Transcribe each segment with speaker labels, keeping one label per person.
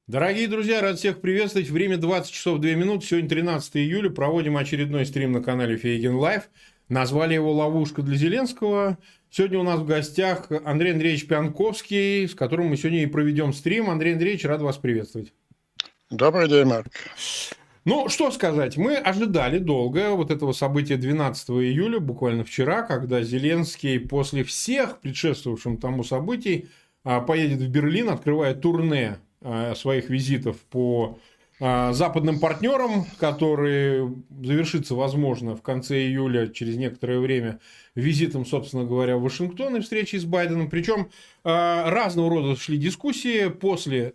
Speaker 1: Дорогие друзья, рад всех приветствовать. Время 20 часов 2 минуты. Сегодня 13 июля. Проводим очередной стрим на канале Фейгин Лайв. Назвали его «Ловушка для Зеленского». Сегодня у нас в гостях Андрей Андреевич Пьянковский, с которым мы сегодня и проведем стрим. Андрей Андреевич, рад вас приветствовать.
Speaker 2: Добрый день, Марк.
Speaker 1: Ну, что сказать. Мы ожидали долго вот этого события 12 июля, буквально вчера, когда Зеленский после всех предшествовавших тому событий поедет в Берлин, открывая турне своих визитов по западным партнерам, который завершится, возможно, в конце июля, через некоторое время, визитом, собственно говоря, в Вашингтон и встречей с Байденом. Причем разного рода шли дискуссии после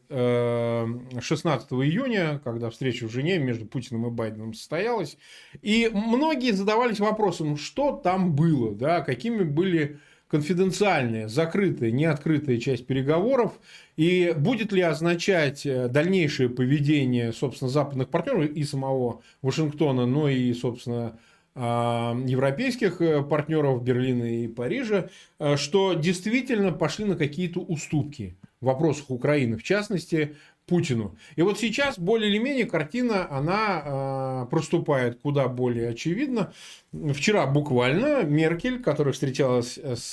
Speaker 1: 16 июня, когда встреча в Женеве между Путиным и Байденом состоялась. И многие задавались вопросом, что там было, да, какими были конфиденциальная, закрытая, неоткрытая часть переговоров, и будет ли означать дальнейшее поведение, собственно, западных партнеров и самого Вашингтона, но и, собственно, европейских партнеров Берлина и Парижа, что действительно пошли на какие-то уступки в вопросах Украины, в частности, Путину. И вот сейчас более или менее картина, она проступает куда более очевидно. Вчера буквально Меркель, которая встречалась с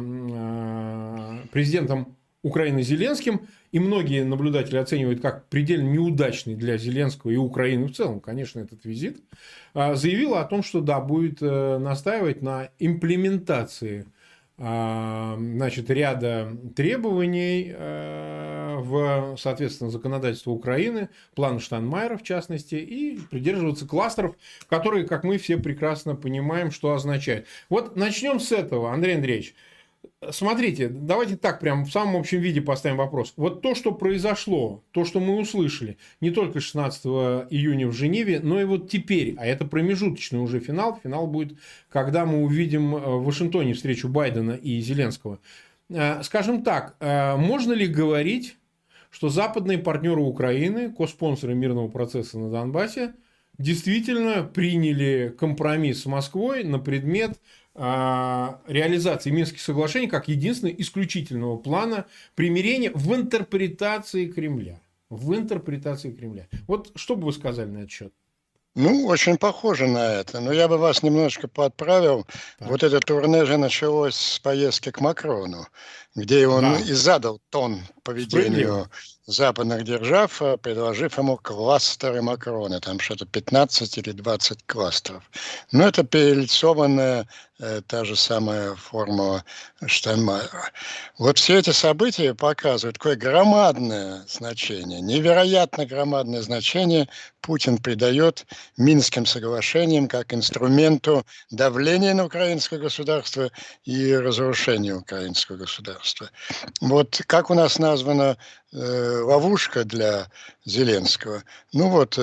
Speaker 1: президентом Украины Зеленским, и многие наблюдатели оценивают как предельно неудачный для Зеленского и Украины в целом, конечно, этот визит, заявила о том, что да, будет настаивать на имплементации, значит, ряда требований в, соответственно, законодательство Украины, план Штайнмайера, в частности, и придерживаться кластеров, которые, как мы все прекрасно понимаем, что означает. Вот начнем с этого, Андрей Андреевич. Смотрите, давайте так прям в самом общем виде поставим вопрос. Вот то, что произошло, то, что мы услышали, не только 16 июня в Женеве, но и вот теперь, а это промежуточный уже финал. Финал будет, когда мы увидим в Вашингтоне встречу Байдена и Зеленского. Скажем так, можно ли говорить, что западные партнеры Украины, коспонсоры мирного процесса на Донбассе, действительно приняли компромисс с Москвой на предмет реализации Минских соглашений как единственного исключительного плана примирения в интерпретации Кремля. В интерпретации Кремля. Вот что бы вы сказали на этот счет?
Speaker 2: Ну, очень похоже на это. Но я бы вас немножко подправил.
Speaker 1: Так.
Speaker 2: Вот это турне же началось с поездки к Макрону, где он и задал тон поведению западных держав, предложив ему кластеры Макрона. Там что-то 15 или 20 кластеров. Но это перелицованная та же самая формула Штайнмайера. Вот все эти события показывают, какое громадное значение, невероятно громадное значение Путин придает Минским соглашениям как инструменту давления на украинское государство и разрушения украинского государства. Вот как у нас названа ловушка для Зеленского. Ну вот,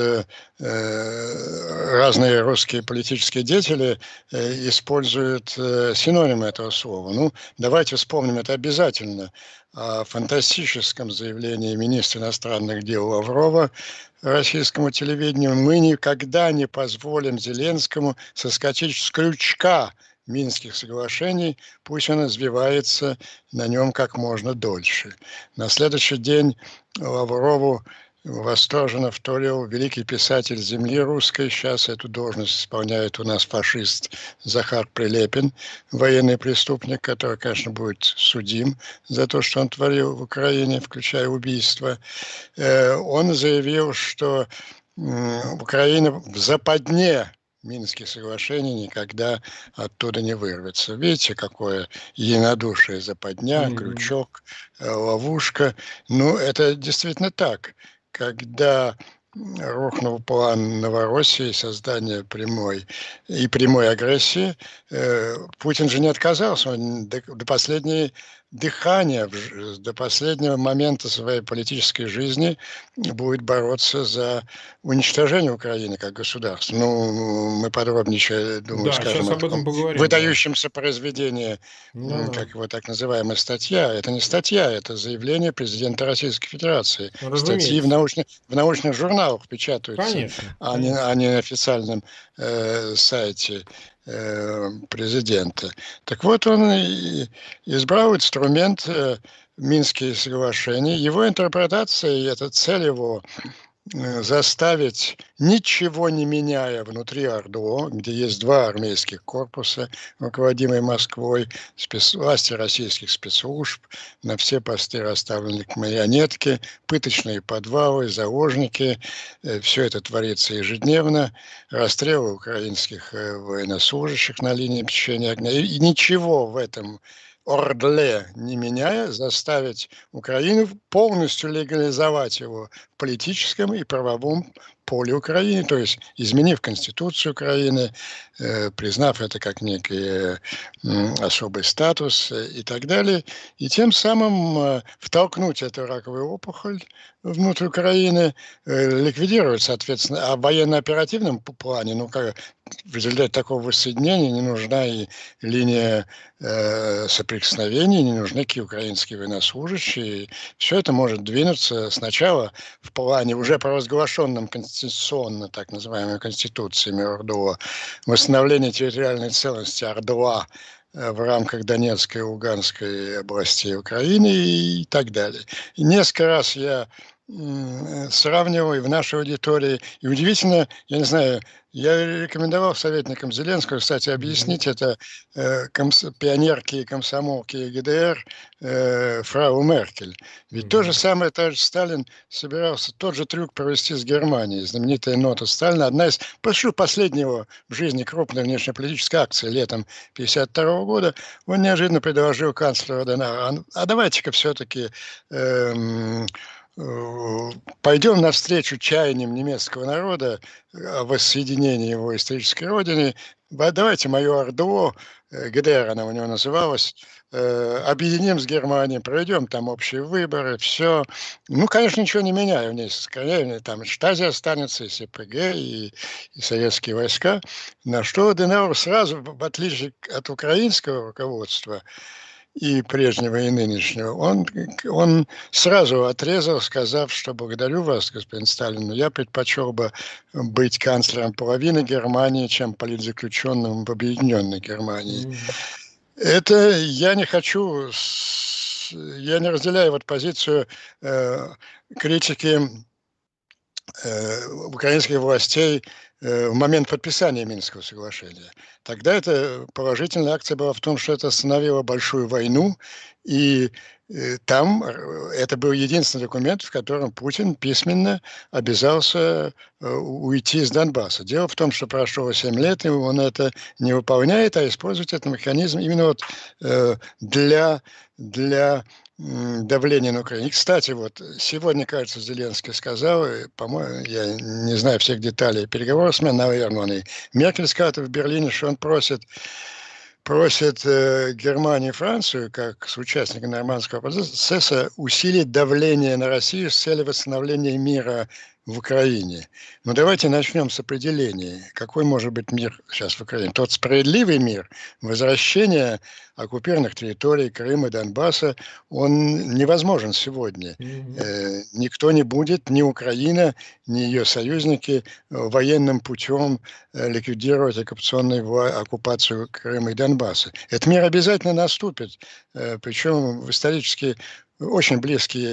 Speaker 2: разные русские политические деятели используют синонимы этого слова. Ну, давайте вспомним это обязательно о фантастическом заявлении министра иностранных дел Лаврова российскому телевидению. Мы никогда не позволим Зеленскому соскочить с крючка Минских соглашений, пусть он извивается на нем как можно дольше. На следующий день Лаврову восторженно вторил великий писатель земли русской. Сейчас эту должность исполняет у нас фашист Захар Прилепин, военный преступник, который, конечно, будет судим за то, что он творил в Украине, включая убийство. Он заявил, что Украина в западне Минских соглашений никогда оттуда не вырвется. Видите, какое единодушие, западня, крючок, ловушка. Ну, это действительно так. Когда рухнул план Новороссии, создания прямой агрессии, Путин же не отказался, он до последней дыхания, до последнего момента своей политической жизни будет бороться за уничтожение Украины как государства. Ну, мы подробнее, думаю, скажем о таком выдающемся произведении, как его так называемая статья. Это не статья, это заявление президента Российской Федерации. Статьи в научных журналах печатаются, а не на официальном сайте президента. Так вот, он избрал инструмент Минские соглашения. Его интерпретация и эта цель его заставить, ничего не меняя внутри ОРДО, где есть два армейских корпуса, руководимые Москвой, власти российских спецслужб, на все посты расставлены марионетки, пыточные подвалы, заложники. Все это творится ежедневно. Расстрелы украинских военнослужащих на линии обеспечения огня. И ничего в этом Ордле не меняя, заставить Украину полностью легализовать его в политическом и правовом поле Украины, то есть изменив Конституцию Украины, признав это как некий особый статус и так далее, и тем самым втолкнуть эту раковую опухоль внутрь Украины, ликвидировать, соответственно, а в военно-оперативном плане, ну, как в результате такого воссоединения не нужна и линия соприкосновений, не нужны какие украинские военнослужащие. Все это может двинуться сначала в плане уже провозглашенном конституционно, так называемой конституциями ОРДО, восстановления территориальной целостности ОРДО в рамках Донецкой и Луганской областей Украины и так далее. И несколько раз я сравнивал и в нашей аудитории. И удивительно, я не знаю, я рекомендовал советникам Зеленского, кстати, объяснить это пионерки и комсомолки ГДР фрау Меркель. Ведь то же самое, товарищ Сталин собирался тот же трюк провести с Германией. Знаменитая нота Сталина, одна из последнего в жизни крупной внешнеполитической акции летом 1952 года, он неожиданно предложил канцлеру Аденауэру: а давайте-ка все-таки пойдем навстречу чаяниям немецкого народа о воссоединении его исторической родины. Давайте мое ОРДО, ГДР она у него называлась, объединим с Германией, проведем там общие выборы, все. Ну, конечно, ничего не меняю в ней, скорее, там Штази останется, и СПГ, и советские войска. На что Аденауэр сразу, в отличие от украинского руководства, и прежнего, и нынешнего, он сразу отрезал, сказав, что благодарю вас, господин Сталин, но я предпочел бы быть канцлером половины Германии, чем политзаключенным в объединенной Германии. Это я не хочу, я не разделяю вот позицию критики украинских властей в момент подписания Минского соглашения. Тогда эта положительная акция была в том, что это остановило большую войну, и там это был единственный документ, в котором Путин письменно обязался уйти из Донбасса. Дело в том, что прошло 7 лет, и он это не выполняет, а использует этот механизм именно вот для давления на Украину. И, кстати, вот сегодня, кажется, Зеленский сказал, по-моему, я не знаю всех деталей переговоров с ним, наверное, он и Меркель сказал в Берлине, что он просит Германию и Францию, как соучастника нормандского процесса, усилить давление на Россию с целью восстановления мира в Украине. Но давайте начнем с определения. Какой может быть мир сейчас в Украине? Тот справедливый мир, возвращение оккупированных территорий Крыма, Донбасса, он невозможен сегодня. Никто не будет, ни Украина, ни ее союзники, военным путем ликвидировать оккупацию Крыма и Донбасса. Этот мир обязательно наступит, причем в исторически очень близкие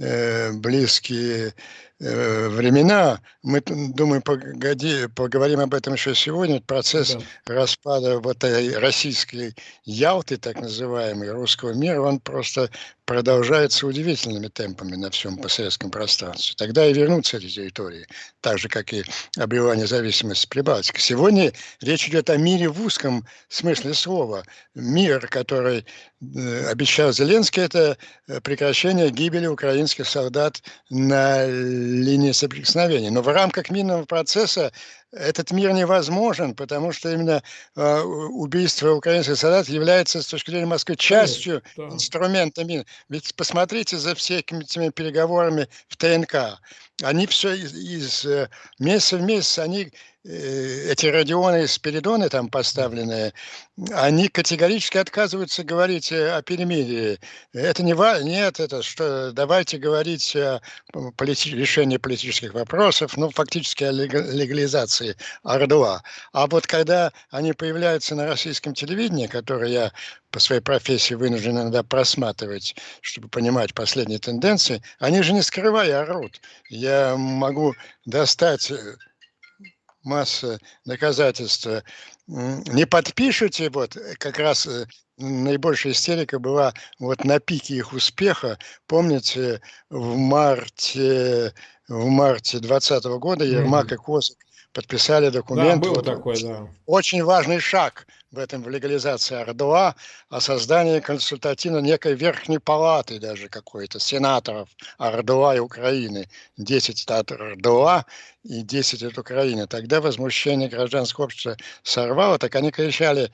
Speaker 2: времена. Мы, думаю, поговорим об этом еще сегодня. Процесс распада вот этой российской Ялты, так называемой, русского мира, он просто продолжается удивительными темпами на всем постсоветском пространстве. Тогда и вернутся эти территории, так же, как и обрела независимость Прибалтика. Сегодня речь идет о мире в узком смысле слова. Мир, который обещал Зеленский, это прекращение гибели украинских солдат на линии соприкосновения. Но в рамках мирного процесса этот мир невозможен, потому что именно убийство украинских солдат является, с точки зрения Москвы, частью инструмента мира. Ведь посмотрите за всеми этими переговорами в ТНК. Они все из месяца в месяц, они эти Родионы и Спиридоны там поставленные, они категорически отказываются говорить о перемирии. Это не нет, это что, давайте говорить о решении политических вопросов, ну, фактически о легализации ОРДОА. А вот когда они появляются на российском телевидении, которое я по своей профессии вынужден иногда просматривать, чтобы понимать последние тенденции, они же не скрывая орут. Я могу достать масса доказательств. Не подпишете, вот как раз наибольшая истерика была вот на пике их успеха. Помните, в марте 2020 года Ермак и Козак подписали
Speaker 1: Да,
Speaker 2: документ,
Speaker 1: был
Speaker 2: вот,
Speaker 1: такой, да.
Speaker 2: очень важный шаг в легализации ОРДОА, о создании консультативно некой верхней палаты даже какой-то, сенаторов ОРДОА и Украины. 10 от ОРДОА и 10 от Украины. Тогда возмущение гражданского общества сорвало, так они кричали,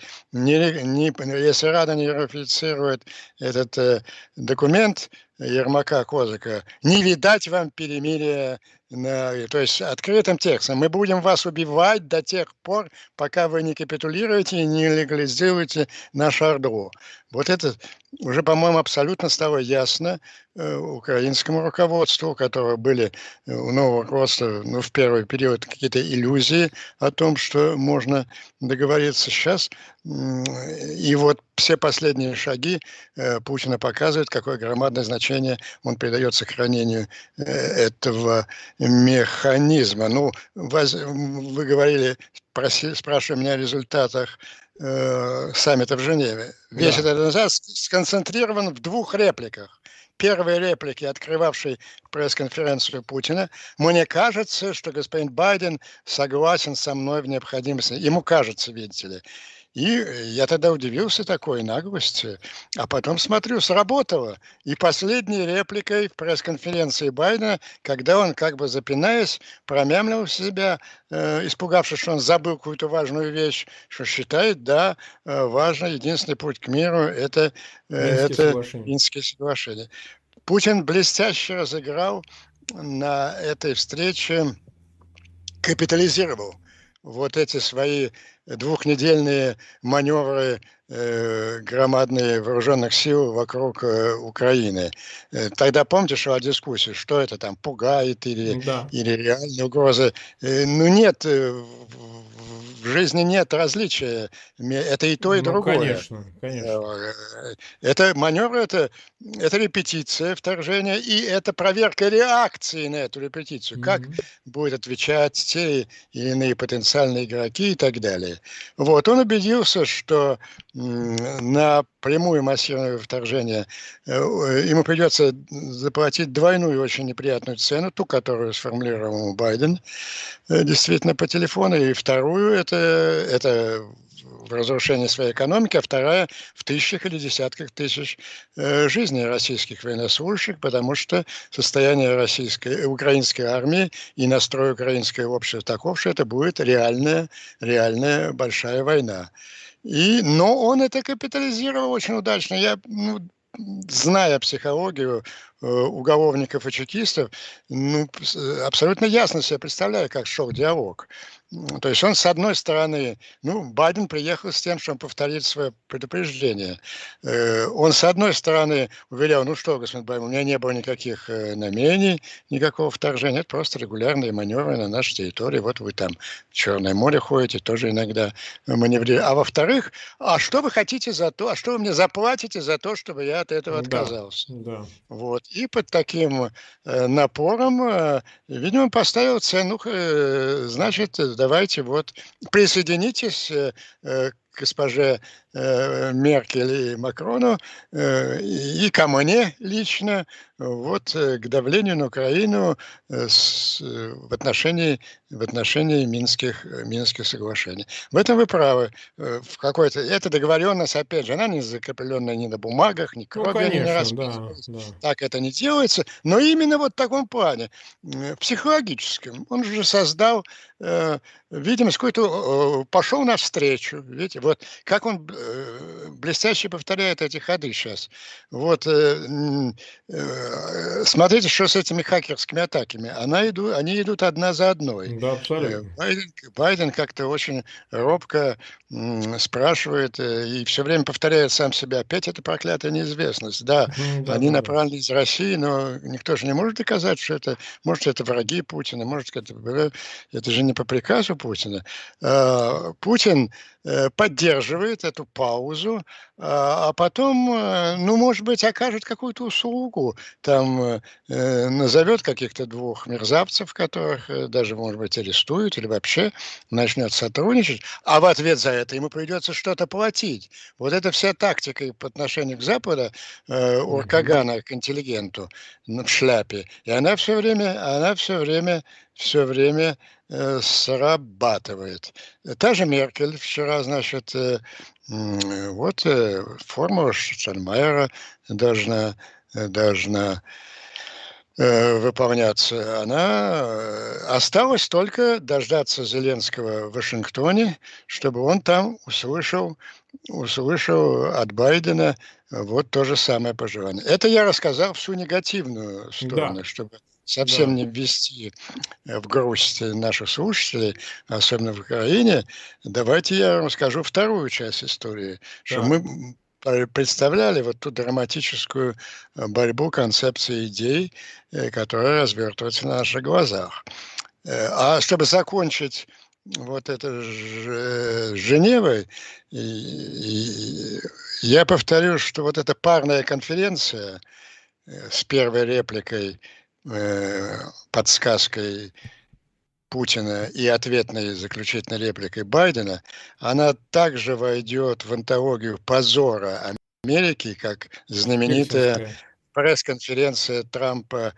Speaker 2: если Рада не ратифицирует этот документ Ермака, Козака, не видать вам перемирия. То есть открытым текстом. Мы будем вас убивать до тех пор, пока вы не капитулируете и не легализуете наш ОРДО. Вот это уже, по-моему, абсолютно стало ясно украинскому руководству, у которого были у нового руководства, ну, в первый период какие-то иллюзии о том, что можно договориться сейчас. И вот все последние шаги Путина показывают, какое громадное значение он придает сохранению этого механизма. Ну, вы говорили, спрашивая меня о результатах саммита в Женеве. Весь
Speaker 1: Да.
Speaker 2: этот назад сконцентрирован в двух репликах. Первой реплике, открывавшей пресс-конференцию Путина, мне кажется, что господин Байден согласен со мной в необходимости. Ему кажется, видите ли. И я тогда удивился такой наглости, а потом смотрю, сработало. И последней репликой в пресс-конференции Байдена, когда он, как бы запинаясь, промямлил себя, испугавшись, что он забыл какую-то важную вещь, что считает, да, важно, единственный путь к миру – это
Speaker 1: Минские соглашения.
Speaker 2: Минские соглашения. Путин блестяще разыграл на этой встрече, капитализировал вот эти свои двухнедельные маневры громадные вооруженных сил вокруг Украины. Тогда помните, шла дискуссия, что это там, пугает
Speaker 1: Да.
Speaker 2: или реальные угрозы. Ну нет, в жизни нет различия. Это и то, и
Speaker 1: Ну,
Speaker 2: другое.
Speaker 1: конечно, конечно.
Speaker 2: Это маневр, это репетиция вторжения, и это проверка реакции на эту репетицию. Как будут отвечать те или иные потенциальные игроки и так далее. Вот, он убедился, что на прямое массированное вторжение ему придется заплатить двойную очень неприятную цену, ту, которую сформулировал Байден, действительно по телефону, и вторую это разрушение своей экономики, а вторая в тысячах или десятках тысяч жизней российских военнослужащих, потому что состояние украинской армии и настрой украинского общества таков, что это будет реальная большая война. Но он это капитализировал очень удачно. Я, зная психологию уголовников и чекистов, абсолютно ясно себе представляю, как шел диалог. То есть он, с одной стороны, Байден приехал с тем, чтобы повторить свое предупреждение. Он, с одной стороны, уверял, господин Байден, у меня не было никаких намерений, никакого вторжения, это просто регулярные маневры на нашей территории. Вот вы там в Черное море ходите, тоже иногда маневрируете. А во-вторых, а что вы хотите за то, а что вы мне заплатите за то, чтобы я от этого отказался?
Speaker 1: Да.
Speaker 2: Вот. И под таким напором, видимо, поставил цену, значит, давайте вот присоединитесь к госпоже Меркель и Макрону и ко мне лично вот к давлению на Украину в отношении Минских соглашений. В этом вы правы. Эта договоренность, опять же, она не закрепленная ни на бумагах, ни
Speaker 1: Ну,
Speaker 2: кровью они не
Speaker 1: конечно,
Speaker 2: расписывались.
Speaker 1: да.
Speaker 2: Так это не делается. Но именно вот в таком плане, психологическом, он же создал видимость какой-то, пошел навстречу. Видите, вот как он блестяще повторяет эти ходы сейчас. Вот смотрите, что с этими хакерскими атаками. Они идут одна за одной.
Speaker 1: Да, абсолютно.
Speaker 2: Байден как-то очень робко спрашивает и все время повторяет сам себя. Опять эта проклятая неизвестность. Да,
Speaker 1: Да,
Speaker 2: они
Speaker 1: да, да.
Speaker 2: направлены из России, но никто же не может доказать, что это... Может, это враги Путина, может, это же не по приказу Путина. Путин поддерживает эту паузу, а потом, ну, может быть, окажет какую-то услугу, там назовет каких-то двух мерзавцев, которых даже, может быть, арестуют или вообще начнет сотрудничать, а в ответ за это ему придется что-то платить. Вот это вся тактика и по отношению к Западу,
Speaker 1: Мгм.
Speaker 2: Уркагана к интеллигенту в шляпе. И она все время срабатывает. Та же Меркель вчера, значит, вот формула Штайнмайера должна выполняться. Осталось только дождаться Зеленского в Вашингтоне, чтобы он там услышал от Байдена вот то же самое пожелание. Это я рассказал всю негативную
Speaker 1: Да,
Speaker 2: сторону, чтобы совсем
Speaker 1: да.
Speaker 2: не ввести в грусть наших слушателей, особенно в Украине. Давайте я вам расскажу вторую часть истории, что
Speaker 1: Так.
Speaker 2: мы представляли вот ту драматическую борьбу концепций идей, которая развертывается на наших глазах. А чтобы закончить вот это с Женевой, я повторю, что вот эта парная конференция с первой репликой, подсказкой Путина и ответной заключительной репликой Байдена, она также войдет в антологию позора Америки, как знаменитая
Speaker 1: Хельсинская.
Speaker 2: пресс-конференция Трампа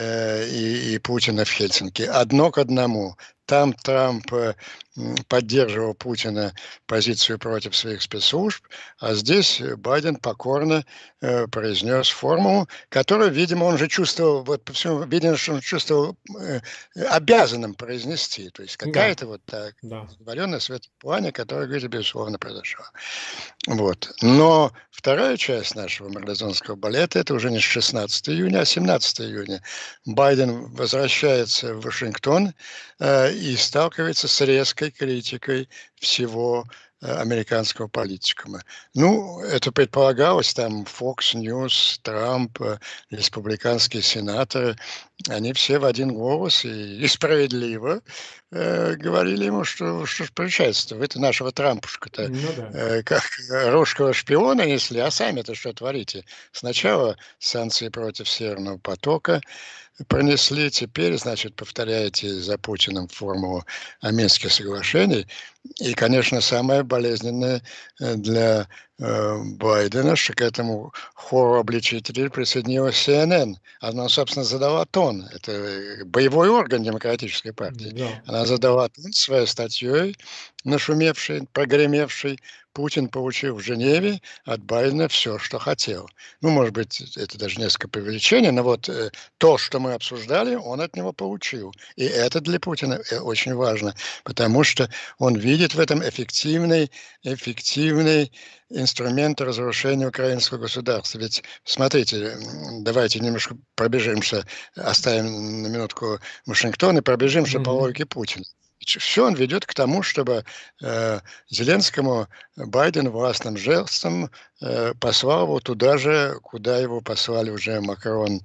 Speaker 2: и Путина в Хельсинки. Одно к одному. Там Трамп поддерживал Путина позицию против своих спецслужб, а здесь Байден покорно произнес формулу, которую, видимо, он же чувствовал, вот по всему, видно, что он чувствовал обязанным произнести. То есть
Speaker 1: Да,
Speaker 2: какая-то вот так
Speaker 1: да.
Speaker 2: договоренность в этом плане, которая, говорит, безусловно, произошла. Вот. Но вторая часть нашего марлезонского балета — это уже не 16 июня, а 17 июня. Байден возвращается в Вашингтон и сталкивается с резкой критикой всего американского политикума. Ну, это предполагалось, там Fox News, Трамп, республиканские сенаторы, они все в один голос и справедливо говорили ему, что ж получается-то, вы-то нашего Трампушка-то
Speaker 1: Ну да.
Speaker 2: как русского шпиона несли, а сами-то что творите? Сначала санкции против Северного потока пронесли, теперь, значит, повторяете за Путиным формулу о Минских соглашений. И, конечно, самое болезненное для Байдена, что к этому хору обличителей присоединилась CNN. Она, собственно, задала тон. Это боевой орган демократической партии.
Speaker 1: Да.
Speaker 2: Она задала тон своей статьей, нашумевшей, прогремевшей. Путин получил в Женеве от Байдена все, что хотел. Ну, может быть, это даже несколько преувеличений, но вот то, что мы обсуждали, он от него получил. И это для Путина очень важно, потому что он видит в этом эффективный инструмент разрушения украинского государства. Ведь, смотрите, давайте немножко пробежимся, оставим на минутку Вашингтон и пробежимся по
Speaker 1: Мгм.
Speaker 2: логике Путина. Все он ведет к тому, чтобы Зеленскому Байден властным жестом послал его туда же, куда его послали уже Макрон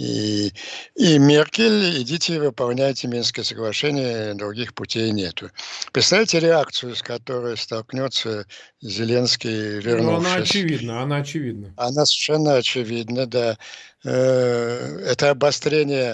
Speaker 2: и Меркель. Идите, выполняйте Минское соглашение, других путей нету. Представляете реакцию, с которой столкнется Зеленский,
Speaker 1: Ну, она
Speaker 2: вернувшись?
Speaker 1: очевидна, она очевидна.
Speaker 2: Она совершенно очевидна, да. Это обострение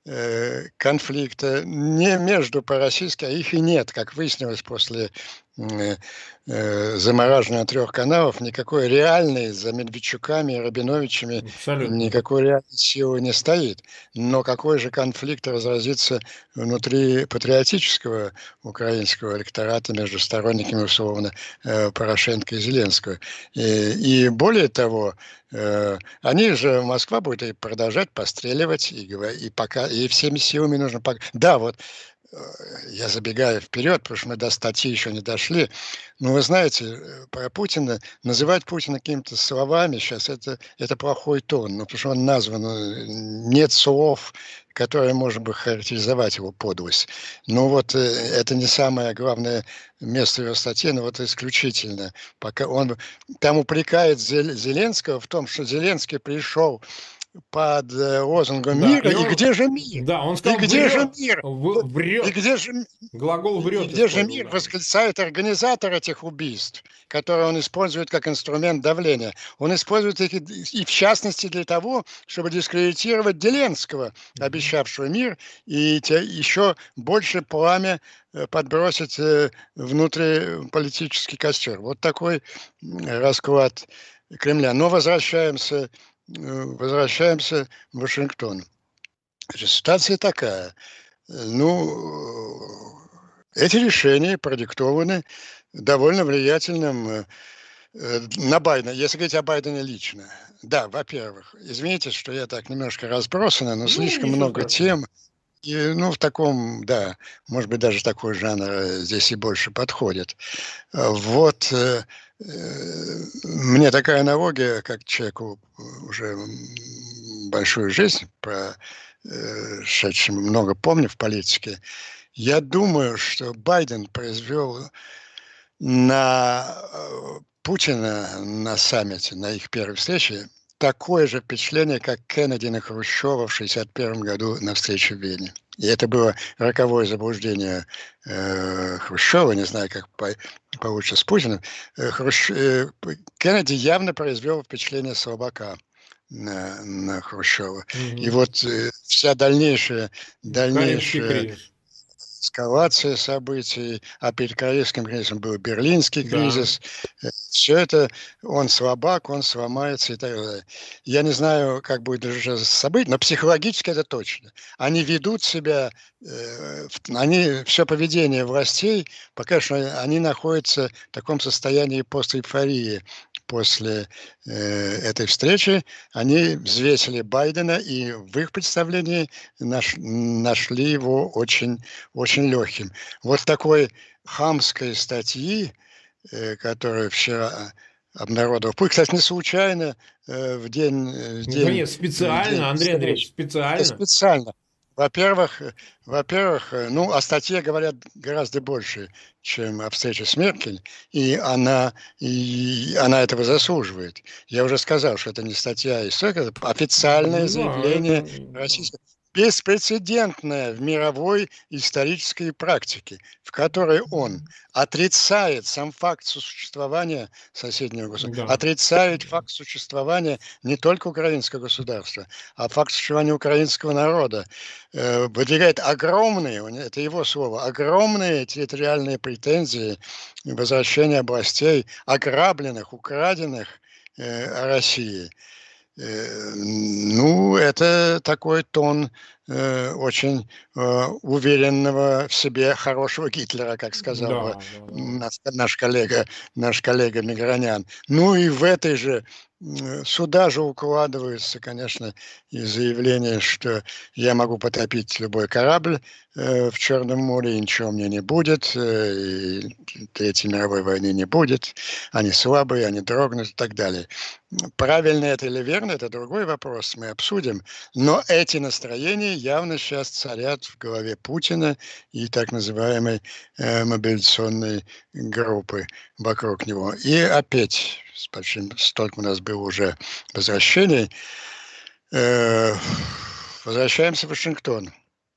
Speaker 2: конфликта не между по-российски, а их и нет, как выяснилось после э, замораживания 3 каналов, никакой реальной за Медведчуками и Рабиновичами
Speaker 1: Абсолютно.
Speaker 2: никакой реальной силы не стоит. Но какой же конфликт разразится внутри патриотического украинского электората между сторонниками, условно, Порошенко и Зеленского. И более того, они же, Москва будет и продолжать постреливать, и всеми силами нужно... Да, вот я забегаю вперед, потому что мы до статьи еще не дошли. Но вы знаете, про Путина, называть Путина какими-то словами сейчас это плохой тон. Ну, потому что он назван, нет слов, которые можно бы характеризовать его подлость. Но вот это не самое главное место его статьи, но вот исключительно. Пока он там упрекает Зеленского в том, что Зеленский пришел под лозунгом
Speaker 1: Да,
Speaker 2: мира, и где же мир?
Speaker 1: да, он
Speaker 2: И
Speaker 1: сказал,
Speaker 2: где же
Speaker 1: врет,
Speaker 2: мир? И
Speaker 1: врет.
Speaker 2: где же,
Speaker 1: Глагол
Speaker 2: и
Speaker 1: врет
Speaker 2: где же
Speaker 1: использовал,
Speaker 2: мир,
Speaker 1: да.
Speaker 2: восклицает организатор этих убийств, которые он использует как инструмент давления. Он использует их и в частности для того, чтобы дискредитировать Зеленского, обещавшего мир, и еще больше пламя подбросить внутриполитический костер. Вот такой расклад Кремля. Но возвращаемся в Вашингтон. Ситуация такая. Ну, эти решения продиктованы довольно влиятельным на Байдена, если говорить о Байдене лично. Да, во-первых, извините, что я так немножко разбросанный, но
Speaker 1: Ну,
Speaker 2: слишком
Speaker 1: ничего
Speaker 2: много
Speaker 1: страшного.
Speaker 2: тем. И, ну, в таком, да, может быть, даже такой жанр здесь и больше подходит. Вот мне такая аналогия, как человеку уже большую жизнь, прошедшему много помню в политике. Я думаю, что Байден произвел на Путина на саммите, на их первой встрече, такое же впечатление, как Кеннеди на Хрущева в 1961 году на встрече в Вене. И это было роковое заблуждение Хрущева, не знаю, как получится с Путиным. Кеннеди явно произвел впечатление слабака на Хрущева. И
Speaker 1: Мгм.
Speaker 2: вот вся дальнейшая,
Speaker 1: Карибский
Speaker 2: дальнейшая
Speaker 1: кризис.
Speaker 2: эскалация событий, а перед Карибским кризисом был Берлинский
Speaker 1: Да.
Speaker 2: кризис. Все это, он слабак, он сломается и так далее. Я не знаю, как будет развиваться событие, но психологически это точно. Они ведут себя, они, все поведение властей, пока что они находятся в таком состоянии постэйфории после этой встречи. Они взвесили Байдена и в их представлении нашли его очень легким. Вот такой хамской статьи, которую вчера обнародовал. Кстати, не случайно в
Speaker 1: Ну,
Speaker 2: день,
Speaker 1: конечно, специально, Андрей Андреевич,
Speaker 2: встречи. Это
Speaker 1: специально.
Speaker 2: специально. Во-первых, ну, о статье говорят гораздо больше, чем о встрече с Меркель, и она этого заслуживает. Я уже сказал, что это не статья, это официальное
Speaker 1: Ну да,
Speaker 2: заявление
Speaker 1: да.
Speaker 2: российской беспрецедентное в мировой исторической практике, в которой он отрицает сам факт сосуществования соседнего государства,
Speaker 1: Да.
Speaker 2: отрицает факт существования не только украинского государства, а факт существования украинского народа, выдвигает огромные, это его слово, огромные территориальные претензии возвращения областей, ограбленных, украденных России. Ну, это такой тон очень уверенного в себе хорошего Гитлера, как сказал бы
Speaker 1: Да, да, да.
Speaker 2: наш коллега Мигранян. Ну и в этой же сюда же укладывается, конечно, и заявление, что я могу потопить любой корабль в Черном море, и ничего мне не будет, и Третьей мировой войны не будет, они слабые, они дрогнут и так далее. Правильно это или верно, это другой вопрос, мы обсудим. Но эти настроения явно сейчас царят в голове Путина и так называемой мобилизационной группы вокруг него. И опять, столько у нас было уже возвращений, э, возвращаемся в Вашингтон.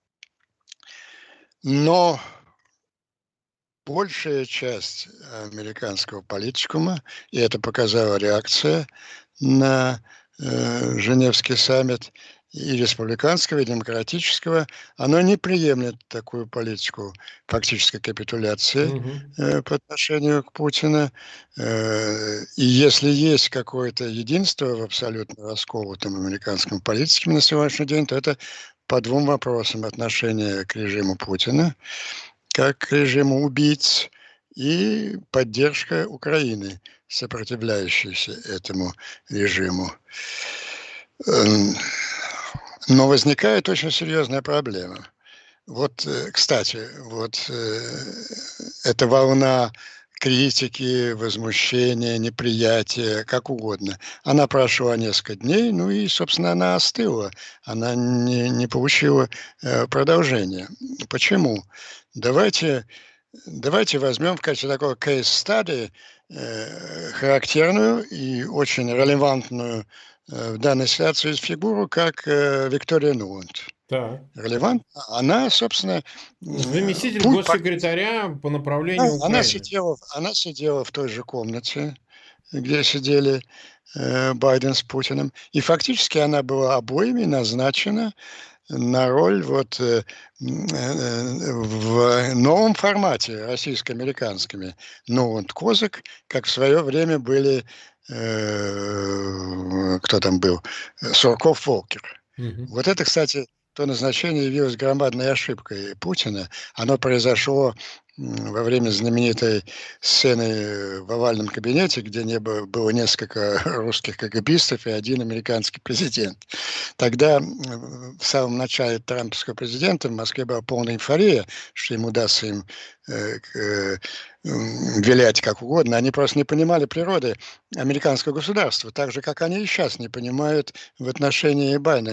Speaker 2: Но большая часть американского политикума, и это показала реакция на Женевский саммит, и республиканского, и демократического, оно не приемлет такую политику фактической капитуляции
Speaker 1: Мгм.
Speaker 2: по отношению к Путину. И если есть какое-то единство в абсолютно расколотом американском политике на сегодняшний день, то это по двум вопросам: отношение к режиму Путина как к режиму убийц и поддержка Украины, сопротивляющейся этому режиму. Но возникает очень серьезная проблема. Вот, кстати, вот эта волна критики, возмущения, неприятия, как угодно, она прошла несколько дней, ну и, собственно, она остыла, она не получила продолжения. Почему? Давайте, давайте возьмем в качестве такого кейс-стади характерную и очень релевантную в данной ситуации фигуру, как Виктория Нуланд.
Speaker 1: Так.
Speaker 2: Релевантна. Она, собственно,
Speaker 1: Заместитель
Speaker 2: путь
Speaker 1: госсекретаря по
Speaker 2: да,
Speaker 1: направлению Украины.
Speaker 2: она сидела в той же комнате, где сидели Байден с Путиным, и фактически она была обоими назначена на роль вот в новом формате российско-американскими. Ну, вот Козак, как в свое время были, кто там был, Сурков, Волкер.
Speaker 1: Мгм.
Speaker 2: Вот это, кстати, то назначение явилось громадной ошибкой Путина. Оно произошло во время знаменитой сцены в овальном кабинете, где было несколько русских КГБистов и один американский президент. Тогда, в самом начале трамповского президента, в Москве была полная эйфория, что им удастся им вилять как угодно. Они просто не понимали природы американского государства, так же, как они и сейчас не понимают в отношении Байдена.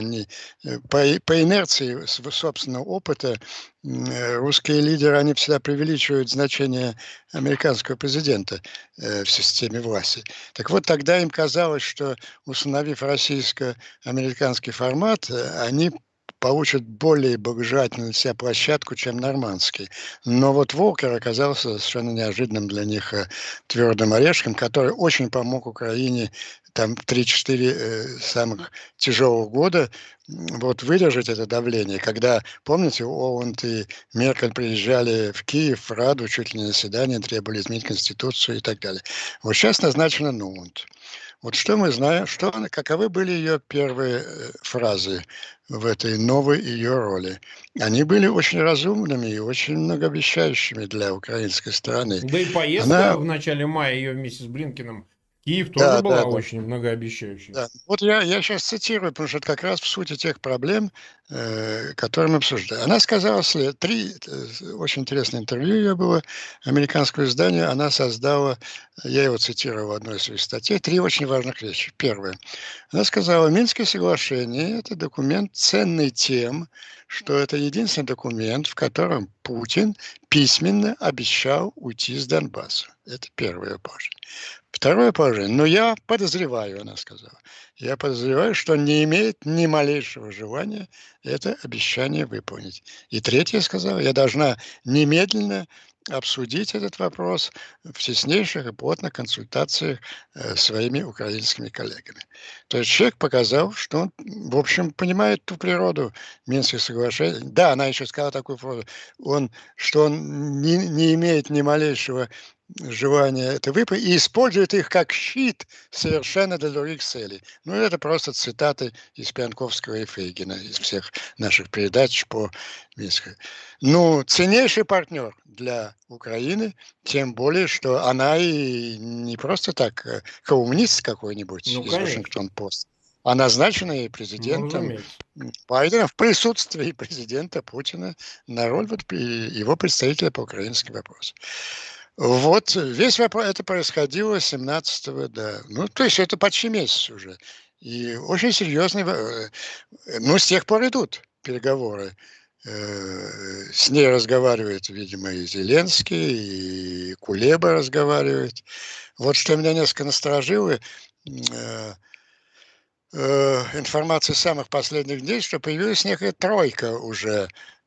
Speaker 2: По инерции собственного опыта русские лидеры, они всегда преувеличивают значение американского президента в системе власти. Так вот, тогда им казалось, что, установив российско-американский формат, они получат более благожелательную для себя площадку, чем нормандский. Но вот Волкер оказался совершенно неожиданным для них твердым орешком, который очень помог Украине там в 3-4 самых тяжелых года вот выдержать это давление. Когда, помните, Оланд и Меркель приезжали в Киев, в Раду, чуть ли не на заседание, требовали изменить Конституцию и так далее. Вот сейчас назначена Нуланд. Вот что мы знаем, каковы были ее первые фразы в этой новой ее роли? Они были очень разумными и очень многообещающими для украинской стороны.
Speaker 1: Да и поездка
Speaker 2: Она,
Speaker 1: в начале мая ее вместе с Блинкиным в Киев тоже
Speaker 2: да,
Speaker 1: была
Speaker 2: да, да,
Speaker 1: очень многообещающей.
Speaker 2: да. Вот я сейчас цитирую, потому что это как раз в сути тех проблем, которые мы обсуждаем. Она сказала очень интересное интервью ее было, американское издание, она создала, я его цитирую в одной из своих статей, три очень важных вещи. Первое. Она сказала, Минское соглашение – это документ ценный тем, что это единственный документ, в котором Путин письменно обещал уйти с Донбасса. Это первое положение. Второе положение. Но я подозреваю, она сказала, я подозреваю, что он не имеет ни малейшего желания это обещание выполнить. И третье сказала, я должна немедленно обсудить этот вопрос в теснейших и плотных консультациях с своими украинскими коллегами. То есть человек показал, что он, в общем, понимает ту природу Минских соглашений. Да, она еще сказала такую фразу, что он не имеет ни малейшего желания это выполнить и использует их как щит совершенно для других целей. Ну, это просто цитаты из Пьянковского и Фейгина, из всех наших передач по Минску. Ну, ценнейший партнер для Украины, тем более, что она и не просто так коммунист какой-нибудь
Speaker 1: Ну,
Speaker 2: из
Speaker 1: конечно.
Speaker 2: Вашингтон-Пост, а назначенный
Speaker 1: Ну,
Speaker 2: президентом
Speaker 1: разумеется.
Speaker 2: Байдена в присутствии президента Путина на роль вот его представителя по украинским вопросам. Вот весь вопрос, это происходило 17-го, да. Ну, то есть это почти месяц уже. И очень серьезный, ну, с тех пор идут переговоры. С ней разговаривает, видимо, и Зеленский, и Кулеба разговаривает. Вот что меня несколько насторожило, информация самых последних дней, что появилась некая тройка уже,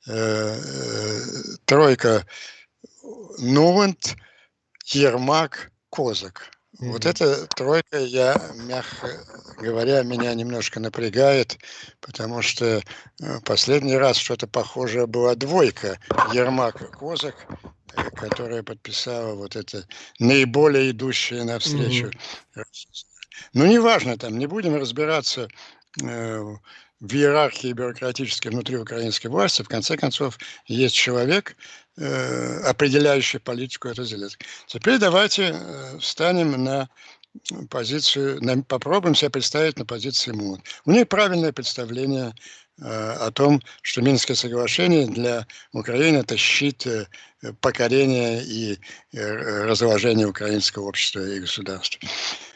Speaker 2: тройка Нуланд, Ермак, Козак. Вот
Speaker 1: Мгм.
Speaker 2: эта тройка, мягко говоря, меня немножко напрягает, потому что последний раз что-то похожее была двойка Ермак и Козак, которая подписала вот это наиболее идущее навстречу.
Speaker 1: Мгм.
Speaker 2: Ну, неважно, там, не будем разбираться в иерархии бюрократической внутри украинской власти. В конце концов, есть человек, определяющий политику, это Зеленский. Теперь давайте встанем на позицию, попробуем себя представить на позиции МУН. У них правильное представление о том, что Минское соглашение для Украины – это щит покорения и разложения украинского общества и государства.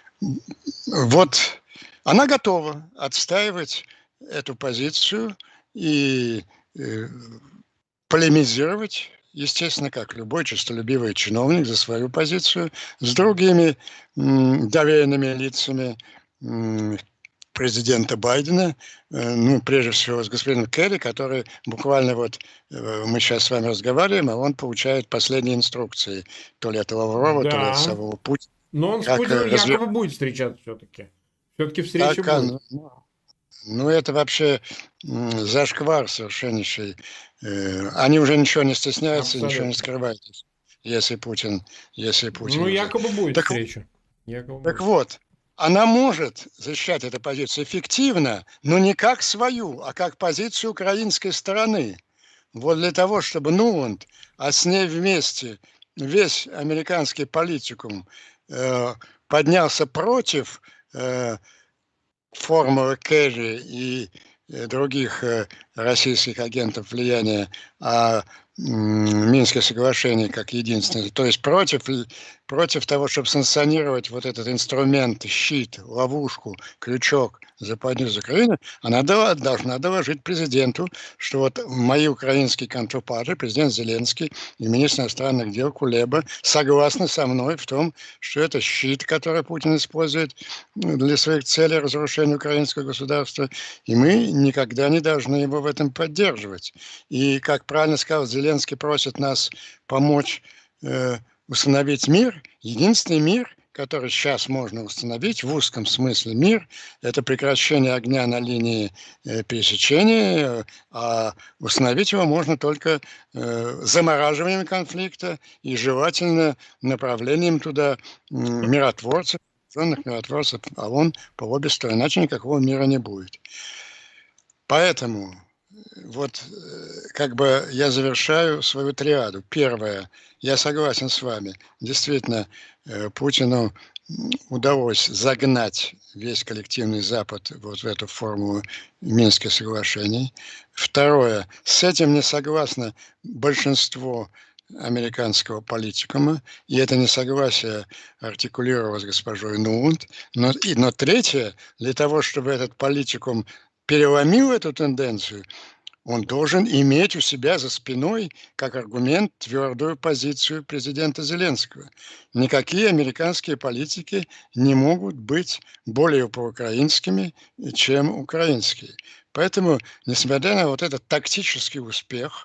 Speaker 2: Вот она готова отстаивать эту позицию и полемизировать, естественно, как любой честолюбивый чиновник за свою позицию, с другими доверенными лицами президента Байдена, ну, прежде всего, с господином Керри, который буквально вот мы сейчас с вами разговариваем, а он получает последние инструкции то ли от Лаврова, то ли от самого Путина.
Speaker 1: Но он с Путиным якобы будет встречаться все-таки. Все-таки встреча будет.
Speaker 2: Ну, это вообще зашквар совершеннейший. Они уже ничего не стесняются, ничего не скрывают, если Путин.
Speaker 1: Ну, якобы будет встреча.
Speaker 2: Так вот, она может защищать эту позицию эффективно, но не как свою, а как позицию украинской стороны. Вот для того, чтобы Нуланд, а с ней вместе весь американский политикум поднялся против формулы Керри и других российских агентов влияния, а Минское соглашение как единственное, то есть против того, чтобы санкционировать вот этот инструмент, щит, ловушку, крючок, западню из Украины, она должна доложить президенту, что вот мои украинские контрпары, президент Зеленский и министр иностранных дел Кулеба согласны со мной в том, что это щит, который Путин использует для своих целей разрушения украинского государства, и мы никогда не должны его в этом поддерживать. И, как правильно сказал Зеленский, просит нас помочь установить мир. Единственный мир, который сейчас можно установить в узком смысле мир, это прекращение огня на линии пересечения, а установить его можно только замораживанием конфликта и желательно направлением туда миротворцев, а он по обе стороны, иначе никакого мира не будет. Поэтому вот как бы я завершаю свою триаду. Первое, я согласен с вами, действительно, Путину удалось загнать весь коллективный Запад вот в эту формулу Минских соглашений. Второе, с этим не согласно большинство американского политикума, и это несогласие артикулировалось госпожой Нуланд. Но третье, для того, чтобы этот политикум переломил эту тенденцию, он должен иметь у себя за спиной как аргумент твердую позицию президента Зеленского. Никакие американские политики не могут быть более проукраинскими, чем украинские. Поэтому, несмотря на вот этот тактический успех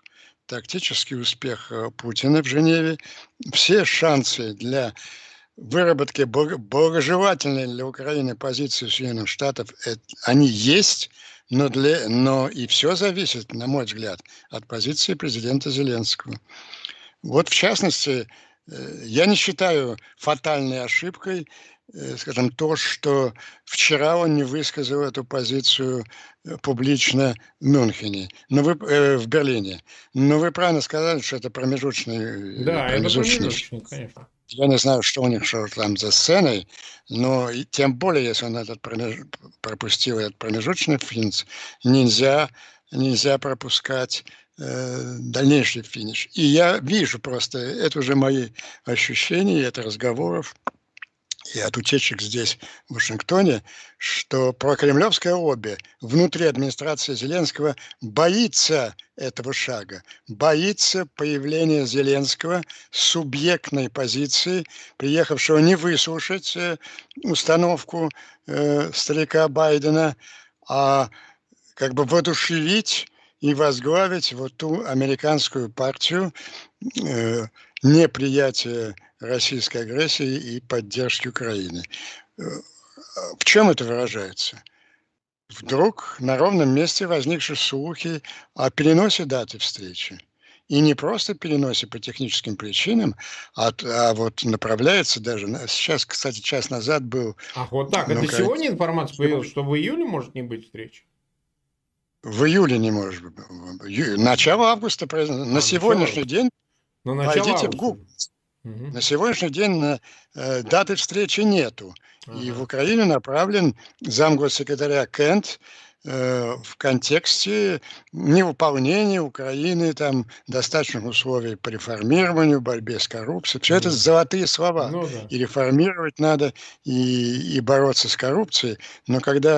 Speaker 2: Путина в Женеве, все шансы для выработки благожелательной для Украины позиции Соединенных Штатов, они есть, но и все зависит, на мой взгляд, от позиции президента Зеленского. Вот, в частности, я не считаю фатальной ошибкой, скажем, то, что вчера он не высказал эту позицию публично в Мюнхене, в Берлине. Но вы правильно сказали, что это промежуточный.
Speaker 1: Да, это промежуточный, конечно.
Speaker 2: Я не знаю, что у них что там за сценой, но и тем более, если он пропустил этот промежуточный финиш, нельзя пропускать дальнейший финиш. И я вижу просто, это уже мои ощущения, это разговоров и от утечек здесь, в Вашингтоне, что прокремлевское лобби внутри администрации Зеленского боится этого шага, боится появления Зеленского субъектной позиции, приехавшего не выслушать установку старика Байдена, а как бы воодушевить и возглавить вот ту американскую партию неприятия российской агрессии и поддержки Украины. В чем это выражается? Вдруг на ровном месте возникшие слухи о переносе даты встречи. И не просто переносе по техническим причинам, а вот направляется даже. Сейчас, кстати, час назад был...
Speaker 1: Ах, вот так. Это сегодня информация появилась, что в июле может не быть встречи?
Speaker 2: В июле не может быть. Начало августа. На сегодняшний день войдите в Google. На сегодняшний день даты встречи нету. И в Украину направлен замгоссекретаря Кент в контексте невыполнения Украины там достаточных условий по реформированию, борьбе с коррупцией. Все это золотые слова.
Speaker 1: Ну да.
Speaker 2: И реформировать надо, и бороться с коррупцией. Но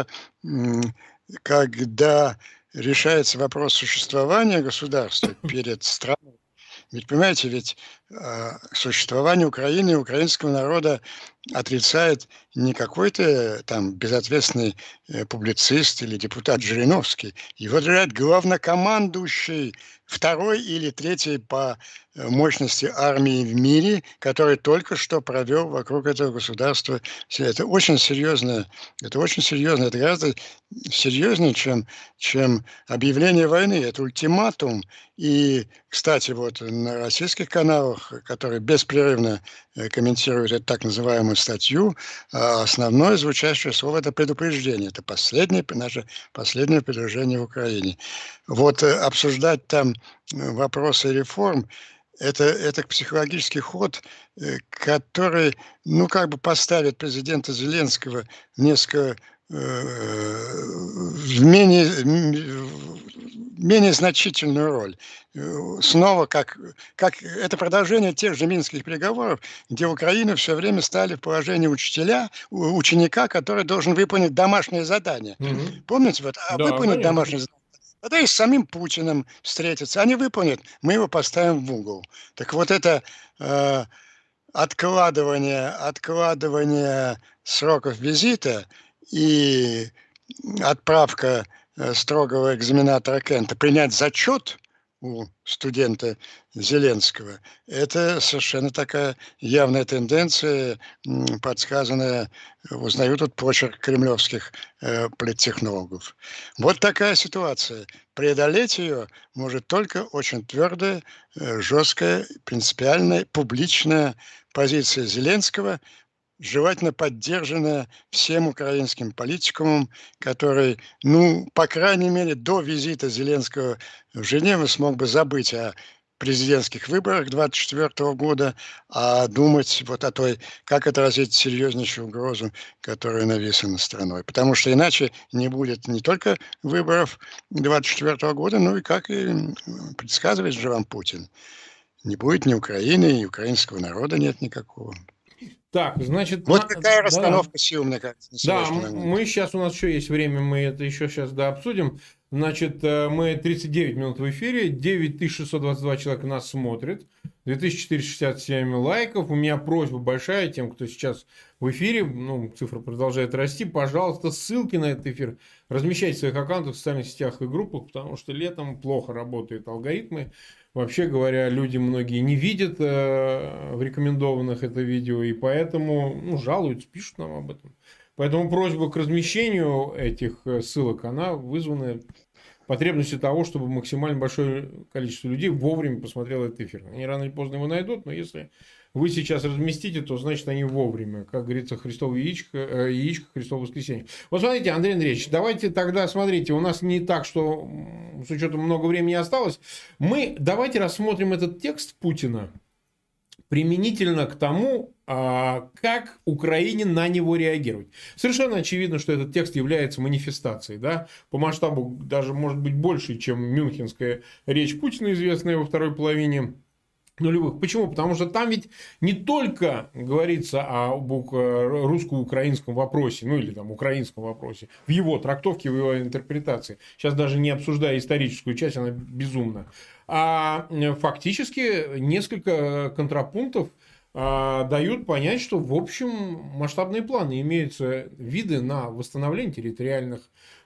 Speaker 2: когда решается вопрос существования государства перед страной, ведь, понимаете, существование Украины и украинского народа отрицает не какой-то там безответственный публицист или депутат Жириновский. Его отрицает главнокомандующий второй или третьей по мощности армии в мире, который только что провел вокруг этого государства. Это очень серьезно, это гораздо серьезнее, чем объявление войны. Это ультиматум. И, кстати, вот на российских каналах, которые беспрерывно комментируют эту так называемую статью, основное звучащее слово – это предупреждение. Это наше последнее предупреждение в Украине. Вот обсуждать там вопросы реформ – это психологический ход, который, как бы поставит президента Зеленского несколько в менее значительную роль. Снова как это продолжение тех же Минских переговоров, где Украину все время стали в положение ученика, который должен выполнить домашнее задание. Помните, выполнить домашнее задание? Тогда и с самим Путиным встретиться. Они выполнят, мы его поставим в угол. Так вот это откладывание сроков визита и отправка строгого экзаменатора Кента принять зачет у студента Зеленского, это совершенно такая явная тенденция, подсказанная, узнаю тут почерк кремлевских политтехнологов. Вот такая ситуация. Преодолеть ее может только очень твердая, жесткая, принципиальная, публичная позиция Зеленского, желательно поддержанная всем украинским политикумом, который, по крайней мере, до визита Зеленского в Женеву смог бы забыть о президентских выборах 2024 года, а думать вот о той, как отразить серьезнейшую угрозу, которая нависла над страной. Потому что иначе не будет не только выборов 2024 года, но и, как и предсказывает же вам Путин, не будет ни Украины, ни украинского народа нет никакого.
Speaker 1: Так, значит...
Speaker 2: Вот какая расстановка сил, мне кажется, на сегодняшний момент.
Speaker 1: Мы сейчас, у нас еще есть время, мы это еще сейчас обсудим. Значит, мы 39 минут в эфире, 9622 человека нас смотрит, 2467 лайков. У меня просьба большая тем, кто сейчас в эфире, цифра продолжает расти, пожалуйста, ссылки на этот эфир размещайте в своих аккаунтах, в социальных сетях и группах, потому что летом плохо работают алгоритмы. Вообще говоря, люди многие не видят в рекомендованных это видео, и поэтому жалуются, пишут нам об этом. Поэтому просьба к размещению этих ссылок, она вызвана потребностью того, чтобы максимально большое количество людей вовремя посмотрело этот эфир. Они рано или поздно его найдут, но если вы сейчас разместите, то значит они вовремя. Как говорится, Христово яичко, Христово воскресенье. Вот смотрите, Андрей Андреевич, давайте тогда, смотрите, у нас не так, что с учетом много времени осталось. Давайте рассмотрим этот текст Путина применительно к тому, как Украине на него реагировать. Совершенно очевидно, что этот текст является манифестацией, да, по масштабу даже может быть больше, чем мюнхенская речь Путина, известная во второй половине нулевых. Почему? Потому что там ведь не только говорится об русско-украинском вопросе, или там украинском вопросе, в его трактовке, в его интерпретации. Сейчас даже не обсуждая историческую часть, она безумна. А фактически несколько контрапунктов дают понять, что в общем масштабные планы, имеются виды на восстановление территориальных,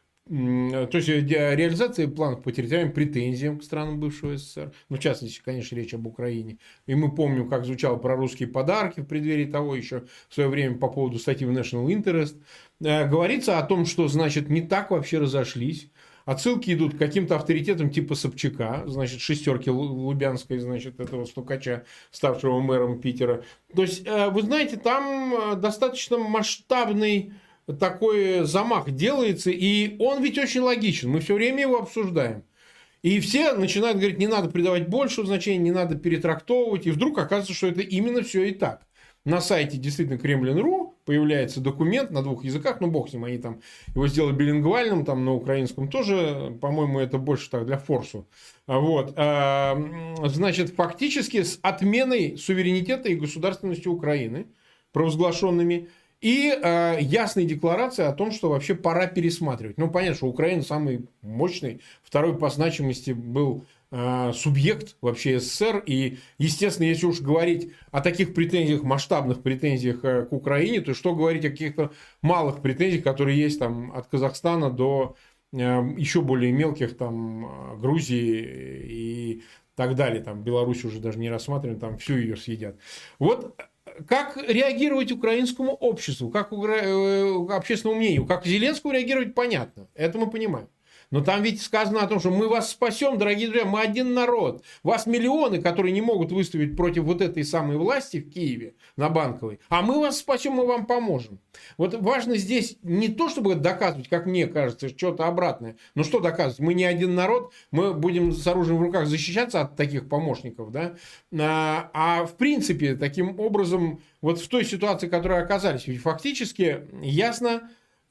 Speaker 1: то есть реализация планов по территориальным претензиям к странам бывшего СССР. В частности, конечно, речь об Украине. И мы помним, как звучало про русские подарки в преддверии того еще в свое время по поводу статьи в National Interest. Говорится о том, что, значит, не так вообще разошлись. Отсылки идут к каким-то авторитетам типа Собчака, значит, шестерки Лубянской, значит, этого стукача, ставшего мэром Питера. То есть, вы знаете, там достаточно масштабный такой замах делается, и он ведь очень логичен. Мы все время его обсуждаем. И все начинают говорить, не надо придавать большего значения, не надо перетрактовывать. И вдруг оказывается, что это именно все и так. На сайте действительно Kremlin.ru появляется документ на 2 языках, ну бог с ним, они там его сделали билингвальным, там на украинском тоже, по-моему, это больше так для форсу. Вот. Значит, фактически с отменой суверенитета и государственности Украины, провозглашенными, и ясной декларации о том, что вообще пора пересматривать. Ну, понятно, что Украина самый мощный, второй по значимости был субъект вообще СССР. И, естественно, если уж говорить о таких претензиях, масштабных претензиях к Украине, то что говорить о каких-то малых претензиях, которые есть там от Казахстана до еще более мелких, там, Грузии и так далее. Там Беларусь уже даже не рассматриваем, там всю ее съедят. Вот как реагировать украинскому обществу, как общественному мнению, как Зеленскому реагировать, понятно. Это мы понимаем. Но там ведь сказано о том, что мы вас спасем, дорогие друзья, мы один народ. Вас миллионы, которые не могут выступить против вот этой самой власти в Киеве, на Банковой. А мы вас спасем, мы вам поможем. Вот важно здесь не то, чтобы доказывать, как мне кажется, что-то обратное. Но что доказывать? Мы не один народ, мы будем с оружием в руках защищаться от таких помощников. Да? А в принципе, таким образом, вот в той ситуации, в которой оказались, ведь фактически ясно,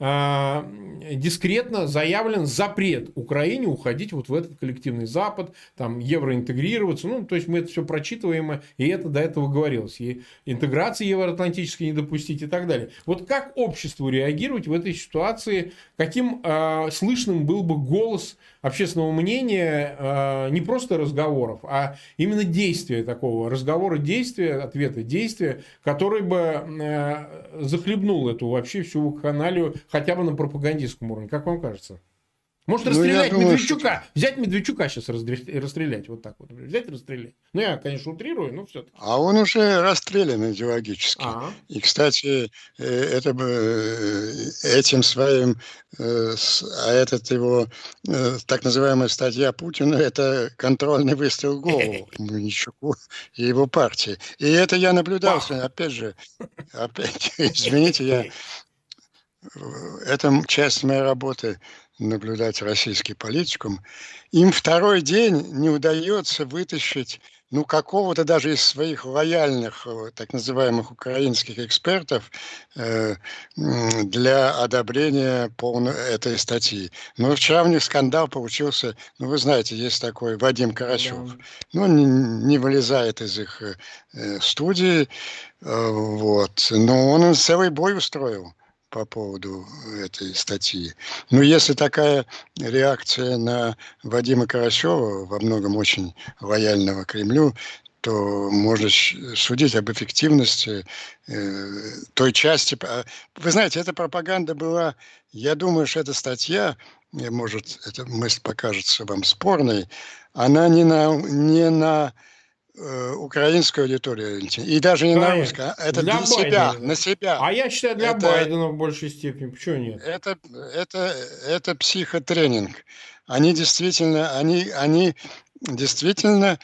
Speaker 1: дискретно заявлен запрет Украине уходить вот в этот коллективный Запад, там евроинтегрироваться. Ну, то есть мы это все прочитываем, и это до этого говорилось. И интеграции евроатлантической не допустить и так далее. Вот как обществу реагировать в этой ситуации? Каким слышным был бы голос общественного мнения, не просто разговоров, а именно действия такого, разговора действия, ответа действия, который бы захлебнул эту вообще всю вакханалию хотя бы на пропагандистском уровне. Как вам кажется? Может расстрелять Медведчука? Взять Медведчука сейчас расстрелять. Вот так вот. Взять и расстрелять. Ну, я, конечно, утрирую, но все-таки.
Speaker 2: А он уже расстрелян идеологически. И, кстати, это этим своим, этот его так называемая статья Путина, это контрольный выстрел в голову Медведчуку и его партии. И это я наблюдал, опять же, извините, это часть моей работы наблюдать российский политикум. Им второй день не удается вытащить какого-то даже из своих лояльных, так называемых украинских экспертов для одобрения полной этой статьи. Но вчера у них скандал получился, вы знаете, есть такой Вадим Карасев. Да. Не вылезает из их студии, но он целый бой устроил по поводу этой статьи. Если такая реакция на Вадима Карасева, во многом очень лояльного Кремлю, то можно судить об эффективности той части. Вы знаете, эта пропаганда была, я думаю, что эта статья, может, эта мысль покажется вам спорной, она не на украинскую аудиторию, и даже не на русскую, это для себя, на себя.
Speaker 1: А я считаю, для Байдена в большей степени. Почему нет?
Speaker 2: Это психотренинг. Они действительно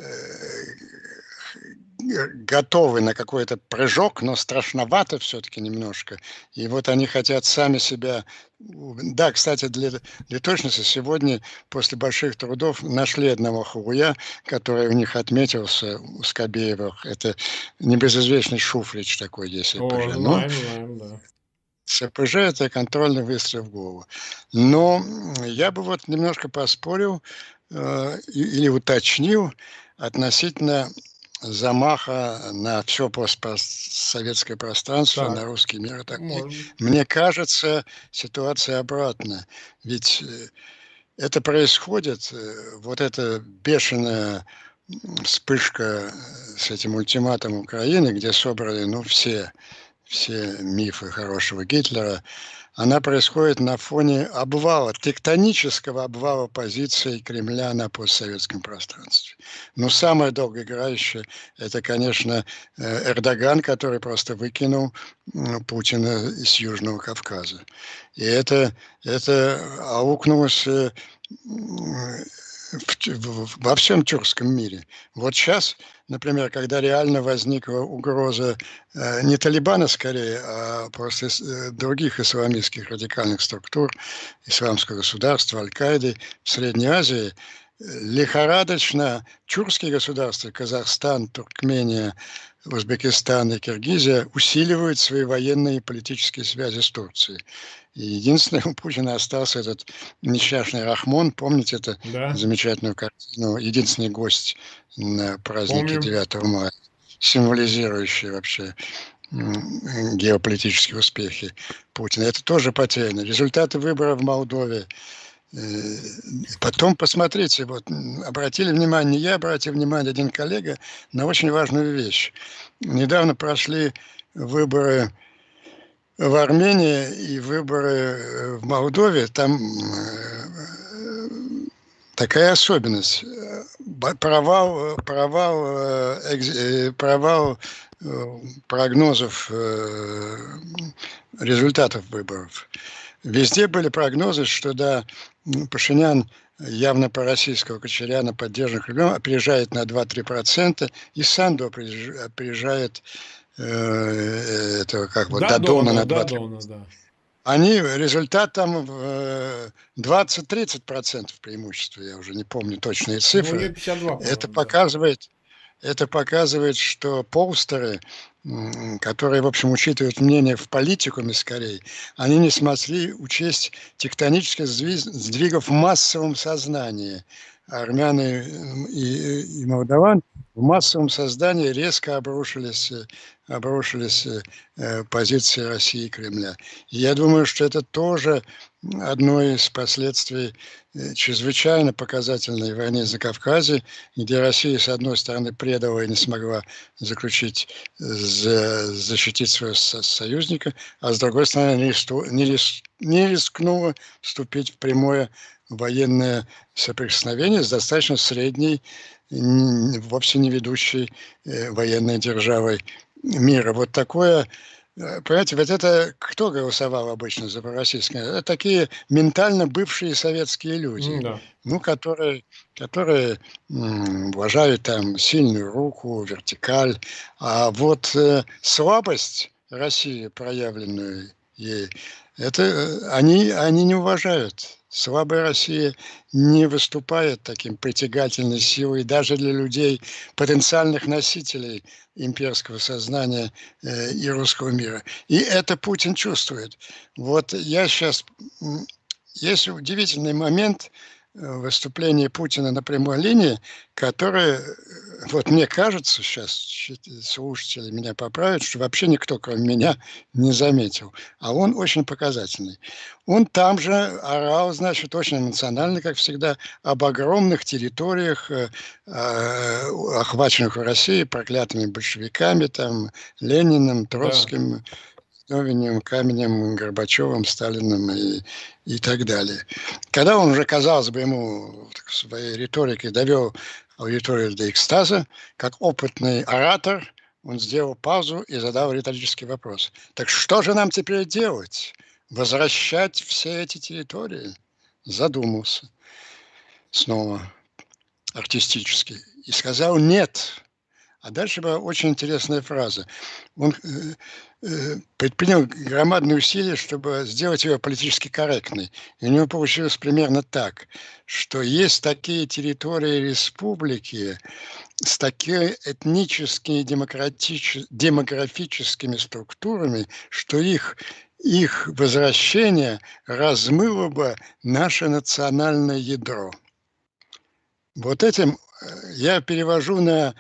Speaker 2: готовы на какой-то прыжок, но страшновато все-таки немножко. И вот они хотят сами себя... Да, кстати, для точности, сегодня после больших трудов нашли одного халуя, который у них отметился у Скобеевых. Это небезызвестный Шуфрич такой есть.
Speaker 1: Знаем, да.
Speaker 2: СПЖ – это контрольный выстрел в голову. Но я бы вот немножко поспорил или уточнил относительно замаха на все постсоветское пространство, на русский мир. Мне кажется, ситуация обратная. Ведь это происходит, вот эта бешеная вспышка с этим ультиматумом Украины, где собраны все мифы хорошего Гитлера, она происходит на фоне обвала, тектонического обвала позиций Кремля на постсоветском пространстве. Самое долгоиграющее – это, конечно, Эрдоган, который просто выкинул Путина из Южного Кавказа. И это аукнулось во всем тюркском мире. Вот сейчас, например, когда реально возникла угроза не Талибана скорее, а просто других исламистских радикальных структур, исламского государства, Аль-Каиды в Средней Азии, лихорадочно тюркские государства, Казахстан, Туркмения, Узбекистан и Киргизия, усиливают свои военные и политические связи с Турцией. И единственное, у Путина остался этот несчастный Рахмон. Помните эту
Speaker 1: Да,
Speaker 2: замечательную картину «Единственный гость» на празднике
Speaker 1: помним.
Speaker 2: 9 мая, символизирующий вообще геополитические успехи Путина. Это тоже потеряно. Результаты выборов в Молдове. Потом посмотрите, вот обратили внимание, не я обратил внимание, один коллега, на очень важную вещь. Недавно прошли выборы в Армении и выборы в Молдове. Там такая особенность. Провал прогнозов результатов выборов. Везде были прогнозы, что да, Пашинян явно пророссийского Кочаряна, поддержанных регионов, опережает на 2-3%, и Санду опережает этого, как вот, Дадона на 2-3%.
Speaker 1: Да.
Speaker 2: Они, результат там 20-30% преимущества, я уже не помню точные цифры.
Speaker 1: Ну, 52,
Speaker 2: это показывает, что полстеры, которые, в общем, учитывают мнение в политикуме скорее, они не смогли учесть тектонических сдвигов в массовом сознании. Армяне и молдаван в массовом сознании резко обрушились позиции России и Кремля. И я думаю, что это тоже одно из последствий чрезвычайно показательной войны за Кавказе, где Россия, с одной стороны, предала и не смогла защитить своего союзника, а с другой стороны, не рискнула вступить в прямое военное соприкосновение с достаточно средней, вовсе не ведущей военной державой мира. Вот такое, понимаете, вот это кто голосовал обычно за пророссийское? Это такие ментально бывшие советские люди,
Speaker 1: Да.
Speaker 2: ну, которые уважают там сильную руку, вертикаль. А вот слабость России, проявленную ей, это они не уважают. Слабая Россия не выступает таким притягательной силой даже для людей, потенциальных носителей имперского сознания и русского мира. И это Путин чувствует. Вот я сейчас... Есть удивительный момент выступления Путина на прямой линии, которое, вот мне кажется, сейчас слушатели меня поправят, что вообще никто, кроме меня, не заметил. А он очень показательный. Он там же орал, значит, очень эмоционально, как всегда, об огромных территориях, охваченных в России проклятыми большевиками, там, Лениным, Троцким,
Speaker 1: Да.
Speaker 2: Каменем, Горбачевым, Сталиным и так далее. Когда он уже, казалось бы, ему в своей риторике довел аудиторию до экстаза, как опытный оратор, он сделал паузу и задал риторический вопрос. Так что же нам теперь делать? Возвращать все эти территории? Задумался снова артистически и сказал «нет». А дальше была очень интересная фраза. Он предпринял громадные усилия, чтобы сделать ее политически корректной. И у него получилось примерно так, что есть такие территории республики с такими этническими демографическими структурами, что их возвращение размыло бы наше национальное ядро. Вот этим я перевожу на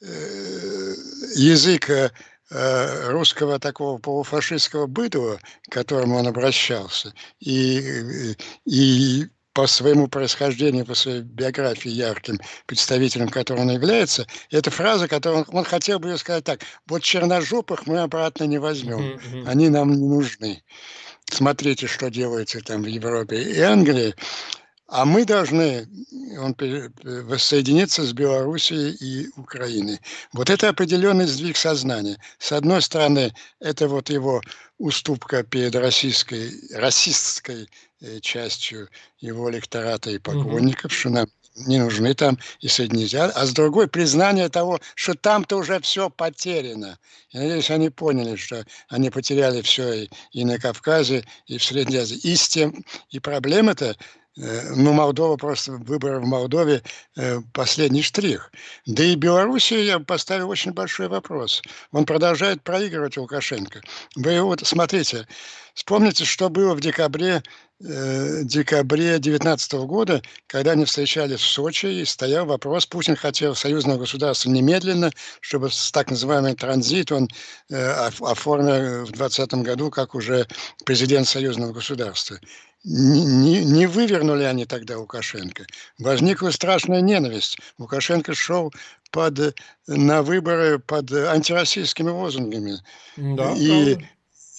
Speaker 2: язык русского такого полуфашистского быдла, к которому он обращался, и по своему происхождению, по своей биографии ярким представителем, которым он является, это фраза, которую он хотел бы ее сказать так: вот черножопых мы обратно не возьмем, они нам не нужны. Смотрите, что делается там в Европе и Англии. А мы должны воссоединиться с Белоруссией и Украиной. Вот это определенный сдвиг сознания. С одной стороны, это вот его уступка перед расистской частью его электората и поклонников, что нам не нужны там и соединиться. А с другой, признание того, что там-то уже все потеряно. Я надеюсь, они поняли, что они потеряли все и на Кавказе, и в Средней Азии. И проблема-то Ну, Молдова просто, выборы в Молдове последний штрих. Да и Белоруссии я поставил очень большой вопрос. Он продолжает проигрывать Лукашенко. Вы вот смотрите, вспомните, что было в декабре 19 года, когда они встречались в Сочи, и стоял вопрос, Путин хотел союзного государства немедленно, чтобы с так называемый транзит он оформил в 2020 году как уже президент союзного государства. Не вывернули они тогда Лукашенко. Возникла страшная ненависть. Лукашенко шел на выборы под антироссийскими лозунгами.
Speaker 1: Да,
Speaker 2: И,
Speaker 1: правда.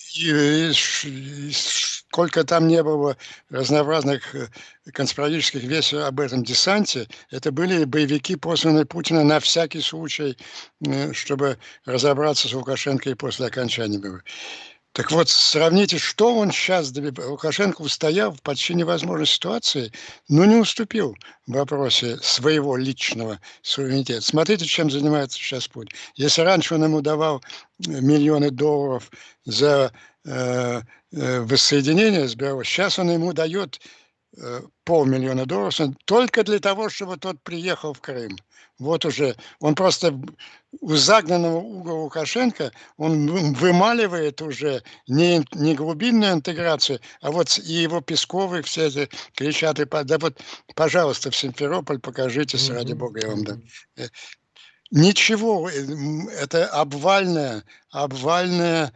Speaker 2: и сколько там не было разнообразных конспирологических версий об этом десанте, это были боевики, посланные Путина на всякий случай, чтобы разобраться с Лукашенко и после окончания выборов. Так вот, сравните, что он сейчас добивается. Лукашенко устоял в почти невозможной ситуации, но не уступил в вопросе своего личного суверенитета. Смотрите, чем занимается сейчас Путин. Если раньше он ему давал миллионы долларов за воссоединение с Беларусью, сейчас он ему дает $500 000 только для того, чтобы тот приехал в Крым. Вот уже он просто у загнанного угла Лукашенко, он вымаливает уже не глубинную интеграцию, а вот и его Песковы все эти кричат, да вот, пожалуйста, в Симферополь покажитесь, ради
Speaker 1: Мгм,
Speaker 2: бога, я вам дам.
Speaker 1: мгм.
Speaker 2: Ничего, это обвальное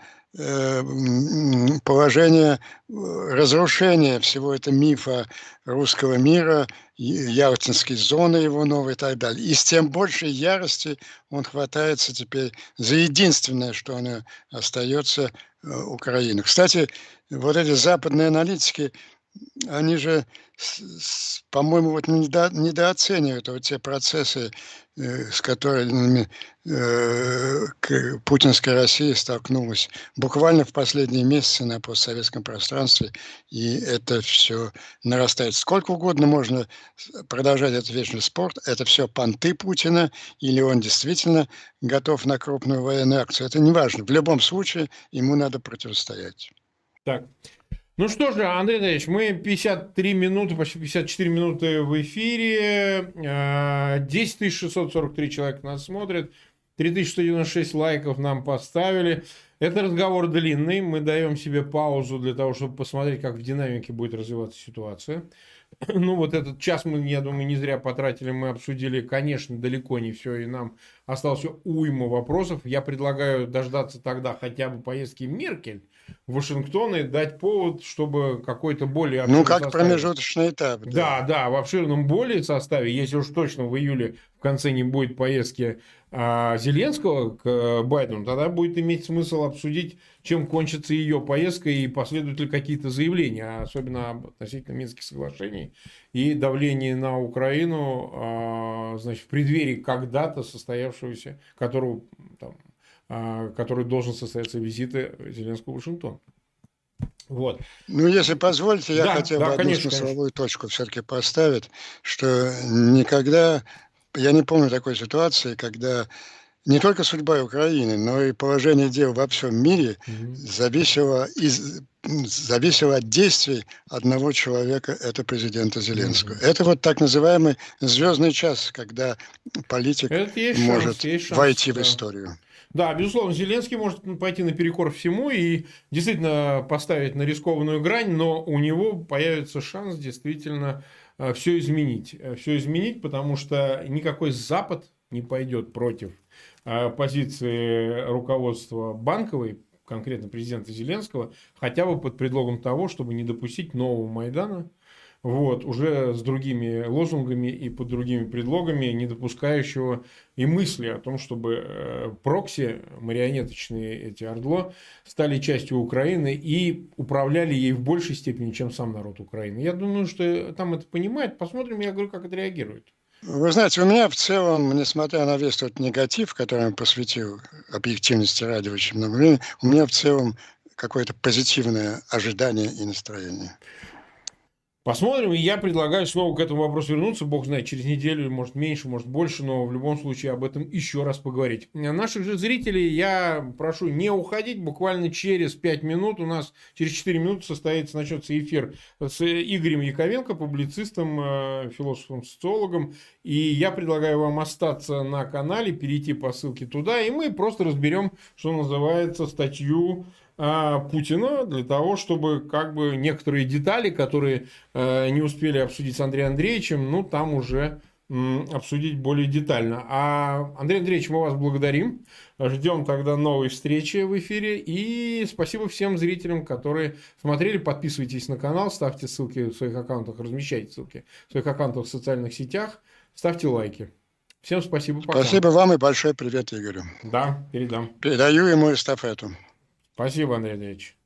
Speaker 2: положение разрушения всего этого мифа русского мира, Ялтинской зоны его новой и так далее. И с тем большей ярости он хватается теперь за единственное, что оно остается Украину. Кстати, вот эти западные аналитики, они же, по-моему, вот недооценивают вот те процессы, с которыми путинская Россия столкнулась буквально в последние месяцы на постсоветском пространстве, и это все нарастает. Сколько угодно можно продолжать этот вечный спор, это все понты Путина, или он действительно готов на крупную военную акцию, это не важно. В любом случае ему надо противостоять.
Speaker 1: Так. Ну что же, Андрей Андреевич, мы 53 минуты, почти 54 минуты в эфире. 10 643 человека нас смотрят. 3196 лайков нам поставили. Это разговор длинный. Мы даем себе паузу для того, чтобы посмотреть, как в динамике будет развиваться ситуация. Ну, вот этот час мы, я думаю, не зря потратили. Мы обсудили, конечно, далеко не все. И нам осталось уйма вопросов. Я предлагаю дождаться тогда хотя бы поездки Меркель в Вашингтон и дать повод, чтобы какой-то более
Speaker 2: Ну,
Speaker 1: обширный
Speaker 2: как
Speaker 1: состав.
Speaker 2: промежуточный этап,
Speaker 1: Да,
Speaker 2: да.
Speaker 1: да, в обширном более составе, если уж точно в июле в конце не будет поездки Зеленского к Байдену, тогда будет иметь смысл обсудить, чем кончится ее поездка и последуют ли какие-то заявления, особенно относительно Минских соглашений и давления на Украину, значит, в преддверии когда-то состоявшегося, который должен состояться визита Зеленского в Вашингтон. Вот.
Speaker 2: Ну, если позволите, я
Speaker 1: Да,
Speaker 2: хотел бы
Speaker 1: да,
Speaker 2: одну
Speaker 1: конечно, конечно.
Speaker 2: смысловую точку все-таки поставить, что никогда, я не помню такой ситуации, когда не только судьба Украины, но и положение дел во всем мире
Speaker 1: Мгм.
Speaker 2: зависело от действий одного человека, это президента Зеленского.
Speaker 1: Мгм.
Speaker 2: Это вот так называемый звездный час, когда политик
Speaker 1: Это
Speaker 2: может
Speaker 1: есть шанс,
Speaker 2: войти в
Speaker 1: да.
Speaker 2: историю.
Speaker 1: Да, безусловно, Зеленский может пойти наперекор всему и действительно поставить на рискованную грань, но у него появится шанс действительно все изменить. Все изменить, потому что никакой Запад не пойдет против позиции руководства Банковой, конкретно президента Зеленского, хотя бы под предлогом того, чтобы не допустить нового Майдана, вот, уже с другими лозунгами и под другими предлогами, не допускающего и мысли о том, чтобы прокси, марионеточные эти Ордло, стали частью Украины и управляли ей в большей степени, чем сам народ Украины. Я думаю, что там это понимает. Посмотрим, я говорю, как это реагирует.
Speaker 2: Вы знаете, у меня в целом, несмотря на весь тот негатив, который я посвятил объективности радио очень много времени, у меня в целом какое-то позитивное ожидание и настроение.
Speaker 1: Посмотрим, и я предлагаю снова к этому вопросу вернуться, бог знает, через неделю, может меньше, может больше, но в любом случае об этом еще раз поговорить. Наших же зрителей я прошу не уходить, буквально через 5 минут, у нас через 4 минуты начнется эфир с Игорем Яковенко, публицистом, философом, социологом, и я предлагаю вам остаться на канале, перейти по ссылке туда, и мы просто разберем, что называется, статью Путина для того, чтобы как бы некоторые детали, которые не успели обсудить с Андреем Андреевичем, ну, там уже обсудить более детально. А, Андрей Андреевич, мы вас благодарим. Ждем тогда новой встречи в эфире. И спасибо всем зрителям, которые смотрели. Подписывайтесь на канал, ставьте ссылки в своих аккаунтах, размещайте ссылки в своих аккаунтах в социальных сетях, ставьте лайки. Всем спасибо, пока.
Speaker 2: Спасибо вам и большой привет Игорю.
Speaker 1: Да, передам.
Speaker 2: Передаю ему эстафету.
Speaker 1: Спасибо, Андрей Андреевич.